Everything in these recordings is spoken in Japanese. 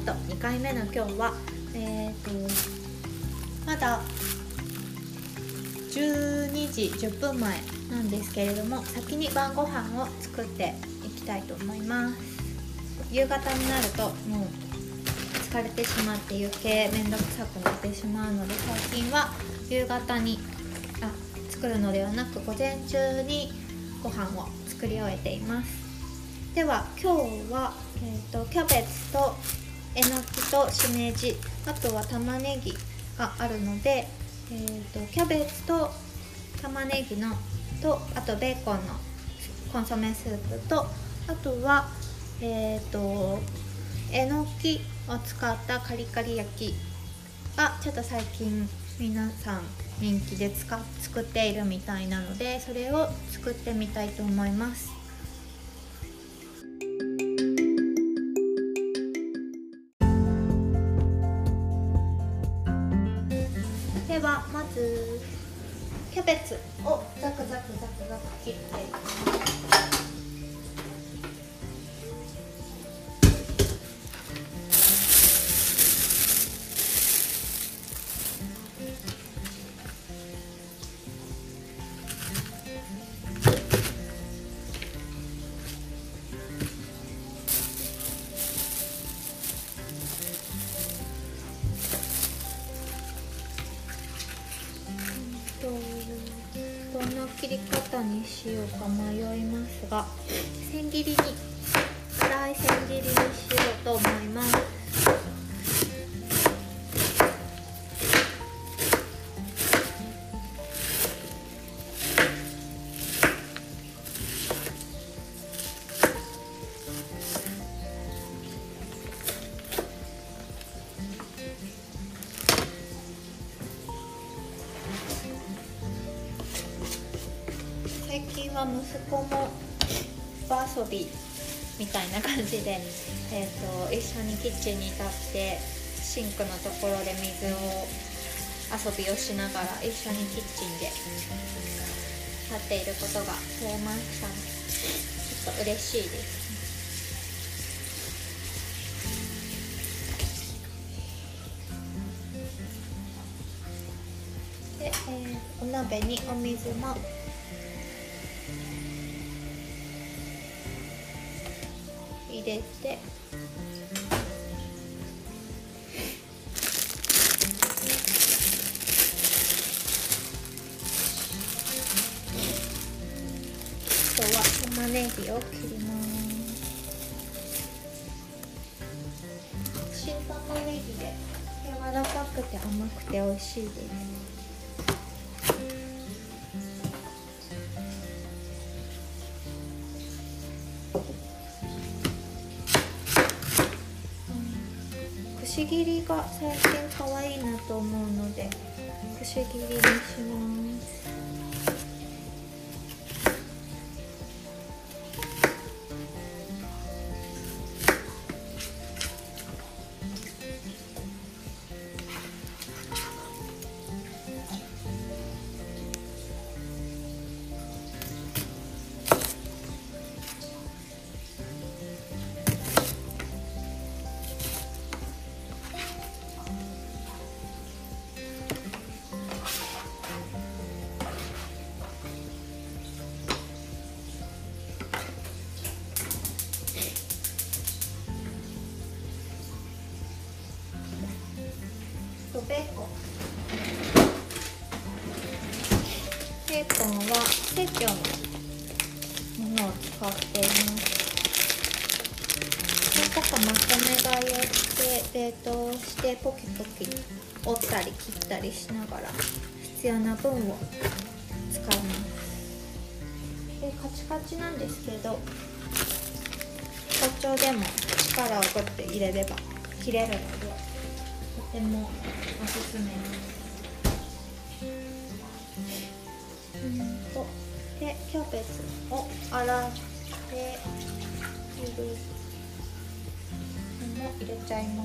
ト2回目の今日はまだ12時10分前なんですけれども、先に晩ご飯を作っていきたいと思います。夕方になるともう疲れてしまって余計めんどくさくなってしまうので、最近は夕方に作るのではなく午前中にご飯を作り終えています。では今日は、キャベツとえのきとしめじ、あとは玉ねぎがあるので、キャベツと玉ねぎのと、あとベーコンのコンソメスープと、あとはえのきを使ったカリカリ焼きがちょっと最近皆さん人気で作っているみたいなので、それを作ってみたいと思います。ではまずキャベツをザクザクザクザク切っていきます。どんな切り方にしようか迷いますが、千切りに、粗い千切りにしようと思います。最近は息子も場遊びみたいな感じで、一緒にキッチンに立ってシンクのところで水を遊びをしながら一緒にキッチンで立っていることが増えましたね。ちょっと嬉しいです。で、お鍋にお水も入れて、あとは玉ねぎを切ります。新玉ねぎで柔らかくて甘くて美味しいです。くし切りが最近可愛いなと思うので、くし切りにします。ベーコン。ベーコンは生協のものを使っています。なんとかまとめ買いをして冷凍してポキポキ折ったり切ったりしながら必要な分を使います。でカチカチなんですけど、包丁でも力をグッて入れれば切れるので、とてもおすすめです。でキャベツを洗っているのも入れちゃいます。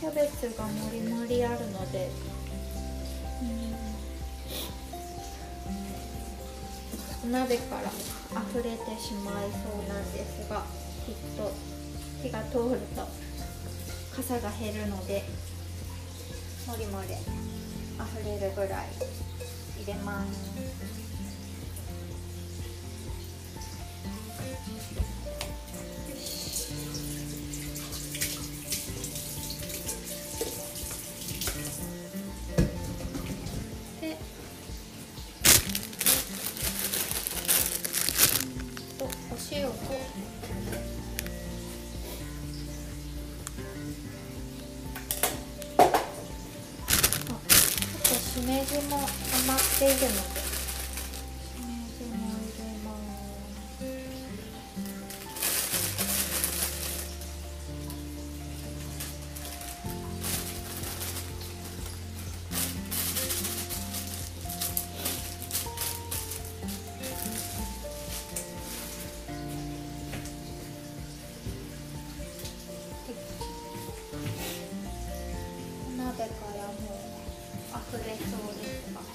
キャベツがもりもりあるので、お鍋から溢れてしまいそうなんですが、きっと火が通るとかさが減るので、もりもり溢れるぐらい入れます。で、お塩としめじも余っているので、しめじも入れます。お鍋からもう溢れそうですが、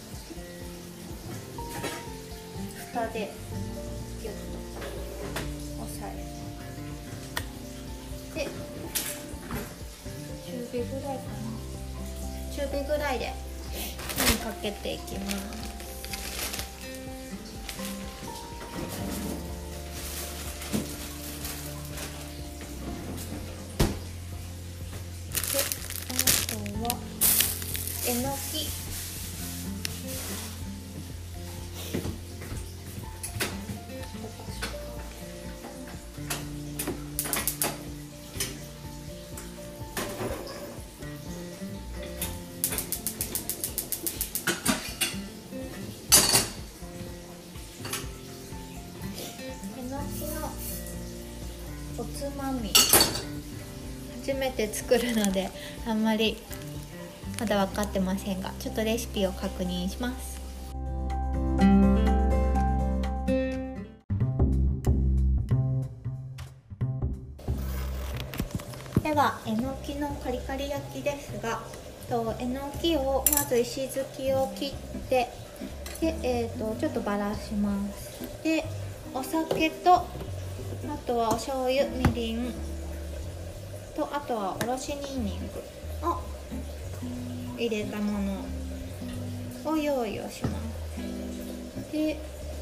蓋でギュッと押さえて、中火ぐらいかな、中火ぐらいで火にかけていきます。えのき、えのきのおつまみ、初めて作るのであんまりまだ分かってませんが、ちょっとレシピを確認します。では、えのきのカリカリ焼きですが、えのきをまず石突きを切って、で、ちょっとばらします。で、お酒と、あとはお醤油、みりんと、あとはおろしにんにくを入れたものを用意をします。で、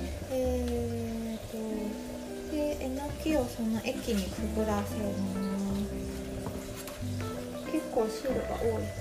えのきをその液にくぐらせます。結構汁が多い。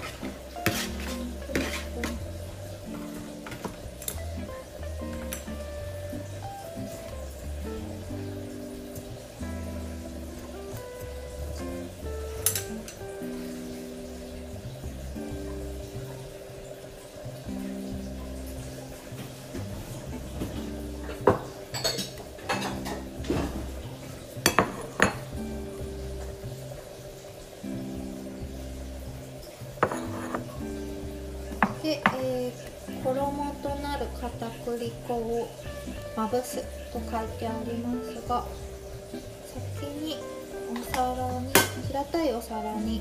で、衣となる片栗粉をまぶすと書いてありますが、先にお皿に、平たいお皿に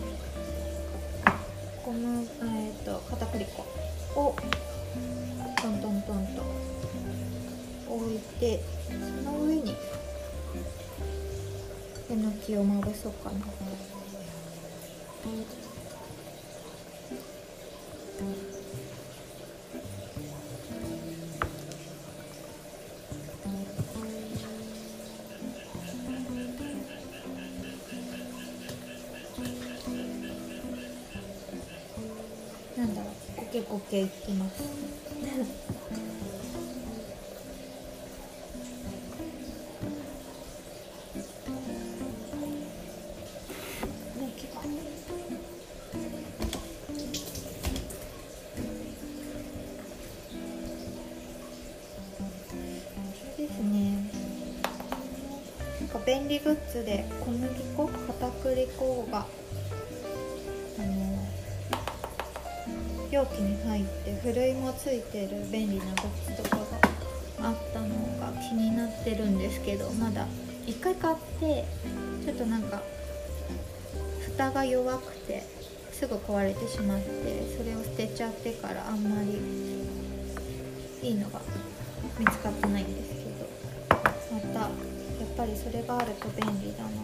片栗粉をトントントンと置いて、その上にえのきをまぶそうかな。なんだろう、コケコケいってます便利グッズで小麦粉、片栗粉が容器に入ってふるいもついてる便利なグッズとかがあったのが気になってるんですけど、まだ1回買ってちょっとなんか蓋が弱くてすぐ壊れてしまって、それを捨てちゃってからあんまりいいのが見つかってないんですけど、またやっぱりそれがあると便利だな。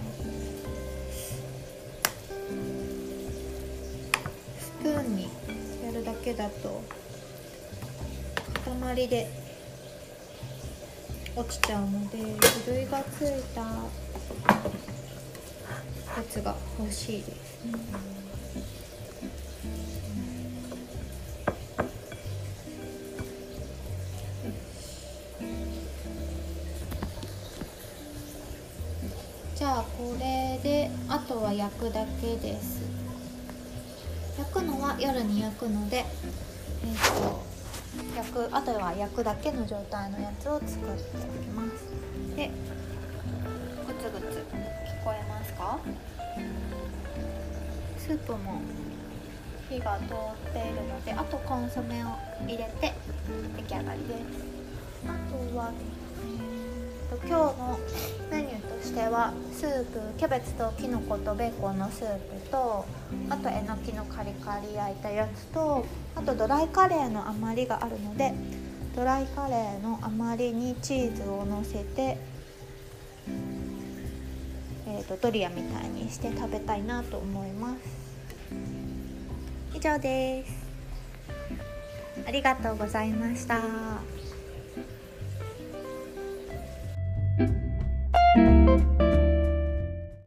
スプーンにやるだけだと塊で落ちちゃうので、ふるいがついたやつが欲しいですね。じゃあこれであとは焼くだけです。焼くのは夜に焼くので、あとは焼くだけの状態のやつを作っておきます。で、グツグツ聞こえますか？スープも火が通っているので、あとコンソメを入れて出来上がりです。あとは、今日のメニューとしてはスープ、キャベツとキノコとベーコンのスープと、あとえのきのカリカリ焼いたやつと、あとドライカレーの余りがあるので、ドライカレーの余りにチーズをのせて、ドリアみたいにして食べたいなと思います。以上です。ありがとうございました。